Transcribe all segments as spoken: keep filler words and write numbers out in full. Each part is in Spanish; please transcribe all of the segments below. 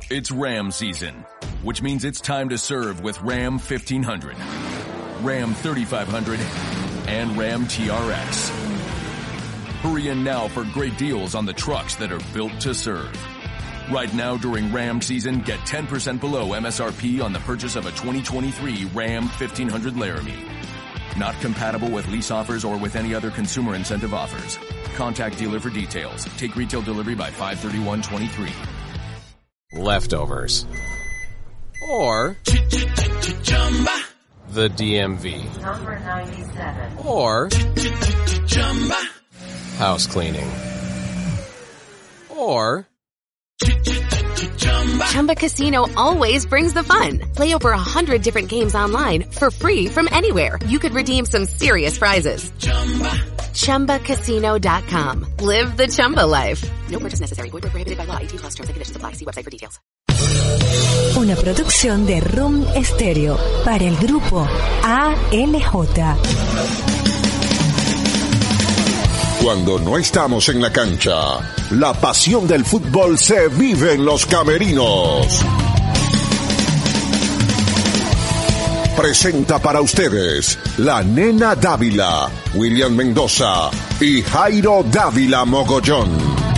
It's Ram season, which means it's time to serve with Ram fifteen hundred, Ram thirty-five hundred, and Ram T R X. Hurry in now for great deals on the trucks that are built to serve. Right now during Ram season, get ten percent below M S R P on the purchase of a twenty twenty-three Ram fifteen hundred Laramie. Not compatible with lease offers or with any other consumer incentive offers. Contact dealer for details. Take retail delivery by five thirty-one twenty-three. Leftovers. Or the D M V. Number ninety-seven. Or house cleaning. Or Chumba Casino always brings the fun. Play over a hundred different games online for free from anywhere. You could redeem some serious prizes. Chumba Casino dot com. Live the Chumba life. No purchase necessary. Void where prohibited by law. eighteen plus terms and conditions apply. See website for details. Una producción de Room Stereo para el grupo A L J. Cuando no estamos en la cancha, la pasión del fútbol se vive en los camerinos. Presenta para ustedes la Nena Dávila, William Mendoza y Jairo Dávila Mogollón.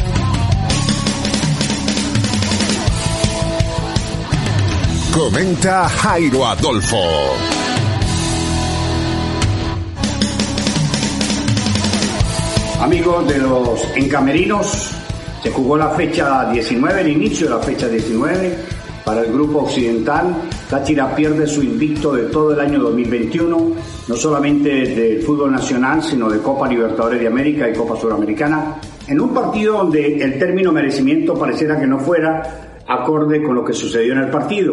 Comenta Jairo Adolfo. Amigos de los encamerinos, se jugó la fecha diecinueve, el inicio de la fecha diecinueve para el Grupo Occidental. Táchira pierde su invicto de todo el año dos mil veintiuno, no solamente del fútbol nacional, sino de Copa Libertadores de América y Copa Suramericana, en un partido donde el término merecimiento pareciera que no fuera acorde con lo que sucedió en el partido,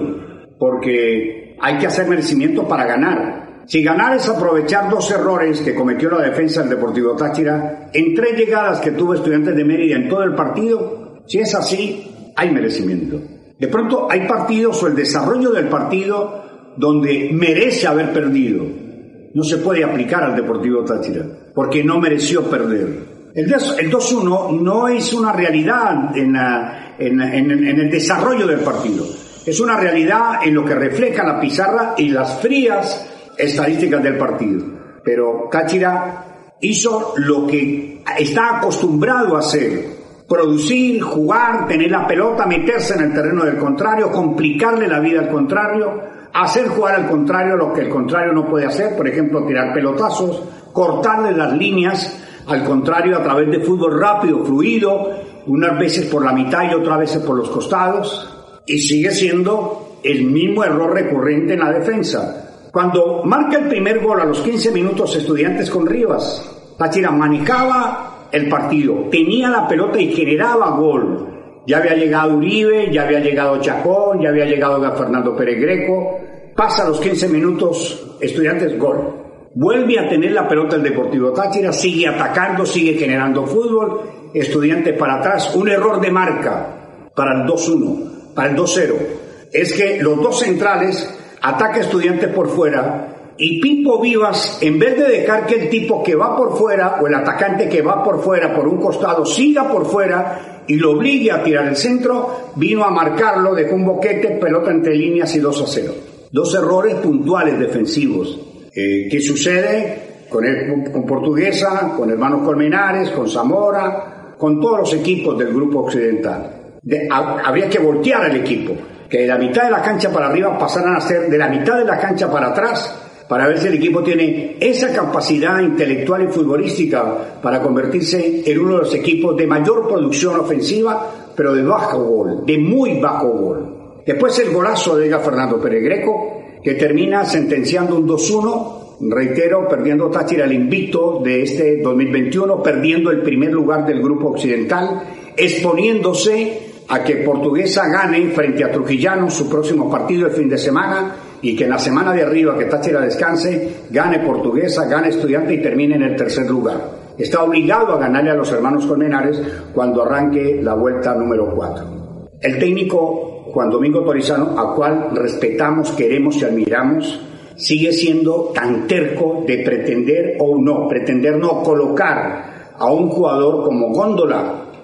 porque hay que hacer merecimiento para ganar. Si ganar es aprovechar dos errores que cometió la defensa del Deportivo Táchira en tres llegadas que tuvo Estudiantes de Mérida en todo el partido, si es así, hay merecimiento. De pronto hay partidos o el desarrollo del partido donde merece haber perdido. No se puede aplicar al Deportivo Táchira porque no mereció perder. El dos uno no es una realidad en, la, en, en, en el desarrollo del partido. Es una realidad en lo que refleja la pizarra y las frías estadísticas del partido. Pero Táchira hizo lo que está acostumbrado a hacer: producir, jugar, tener la pelota, meterse en el terreno del contrario, complicarle la vida al contrario, hacer jugar al contrario lo que el contrario no puede hacer, por ejemplo, tirar pelotazos, cortarle las líneas al contrario a través de fútbol rápido, fluido, unas veces por la mitad y otras veces por los costados, y sigue siendo el mismo error recurrente en la defensa. Cuando marca el primer gol a los quince minutos Estudiantes con Rivas, Táchira manejaba el partido, tenía la pelota y generaba gol. Ya había llegado Uribe, ya había llegado Chacón, ya había llegado Fernando Pérez Greco. Pasa a los quince minutos, Estudiantes, gol. Vuelve a tener la pelota el Deportivo Táchira, sigue atacando, sigue generando fútbol. Estudiantes para atrás, un error de marca para el dos uno, para el dos cero. Es que los dos centrales ataca Estudiantes por fuera y Pipo Vivas, en vez de dejar que el tipo que va por fuera o el atacante que va por fuera por un costado siga por fuera y lo obligue a tirar el centro, vino a marcarlo, dejó un boquete, pelota entre líneas y dos a cero. Dos errores puntuales defensivos. Eh, ¿Qué sucede con, el, con Portuguesa, con Hermanos Colmenares, con Zamora, con todos los equipos del Grupo Occidental? De, a, habría que voltear al equipo, que de la mitad de la cancha para arriba pasaran a ser de la mitad de la cancha para atrás, para ver si el equipo tiene esa capacidad intelectual y futbolística para convertirse en uno de los equipos de mayor producción ofensiva, pero de bajo gol, de muy bajo gol. Después el golazo de Fernando Pérez Greco, que termina sentenciando un dos uno, reitero, perdiendo Táchira el invicto de este dos mil veintiuno, perdiendo el primer lugar del Grupo Occidental, exponiéndose a que Portuguesa gane frente a Trujillano su próximo partido el fin de semana y que en la semana de arriba, que Táchira descanse, gane Portuguesa, gane Estudiante y termine en el tercer lugar. Está obligado a ganarle a los Hermanos Colmenares cuando arranque la vuelta número cuatro. El técnico Juan Domingo Torizano, al cual respetamos, queremos y admiramos, sigue siendo tan terco de pretender o no, pretender no colocar a un jugador como Góndola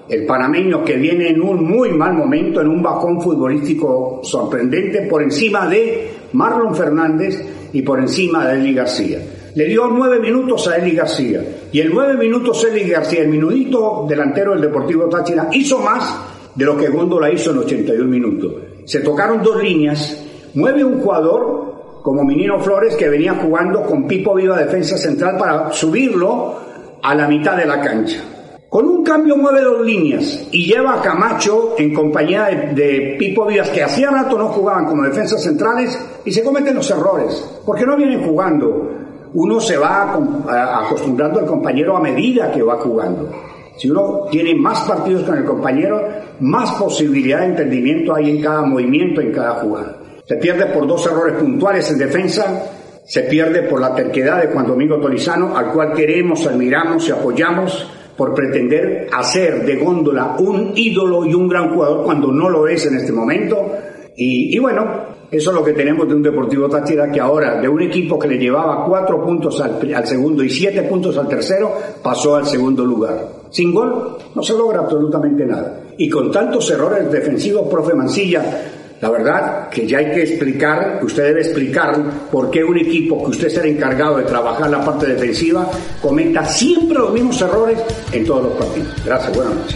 el panameño que viene en un muy mal momento, en un bajón futbolístico sorprendente, por encima de Marlon Fernández y por encima de Eli García. Le dio nueve minutos a Eli García, y en nueve minutos Eli García, el minudito delantero del Deportivo Táchira, hizo más de lo que Góndola hizo en ochenta y un minutos. Se tocaron dos líneas, mueve un jugador como Minino Flores, que venía jugando con Pipo Viva defensa central, para subirlo a la mitad de la cancha. Con un cambio mueve dos líneas y lleva a Camacho en compañía de, de Pipo Vivas, que hacía rato no jugaban como defensas centrales, y se cometen los errores, porque no vienen jugando. Uno se va acostumbrando al compañero a medida que va jugando. Si uno tiene más partidos con el compañero, más posibilidad de entendimiento hay en cada movimiento, en cada jugada. Se pierde por dos errores puntuales en defensa, se pierde por la terquedad de Juan Domingo Tolizano, al cual queremos, admiramos y apoyamos, por pretender hacer de Góndola un ídolo y un gran jugador cuando no lo es en este momento. Y, y bueno, eso es lo que tenemos de un Deportivo Táchira, que ahora, de un equipo que le llevaba cuatro puntos al, al segundo y siete puntos al tercero, pasó al segundo lugar. Sin gol no se logra absolutamente nada. Y con tantos errores defensivos, profe Mancilla, la verdad que ya hay que explicar, que usted debe explicar por qué un equipo que usted será encargado de trabajar la parte defensiva cometa siempre los mismos errores en todos los partidos. Gracias, buenas noches.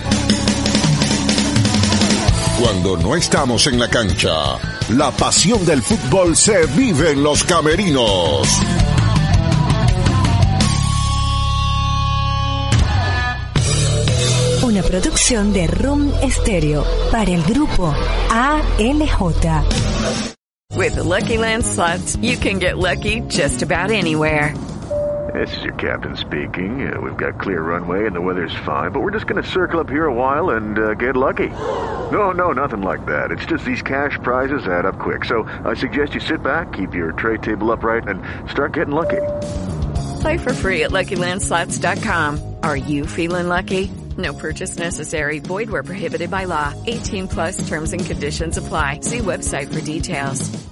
Cuando no estamos en la cancha, la pasión del fútbol se vive en los camerinos. Una producción de Room Stereo para el grupo A L J. With the Lucky Land Slots, you can get lucky just about anywhere. This is your captain speaking. Uh, we've got clear runway and the weather's fine, but we're just going to circle up here a while and uh, get lucky. No, no, nothing like that. It's just these cash prizes add up quick. So I suggest you sit back, keep your tray table upright, and start getting lucky. Play for free at Lucky Land Slots dot com. Are you feeling lucky? No purchase necessary. Void where prohibited by law. eighteen plus terms and conditions apply. See website for details.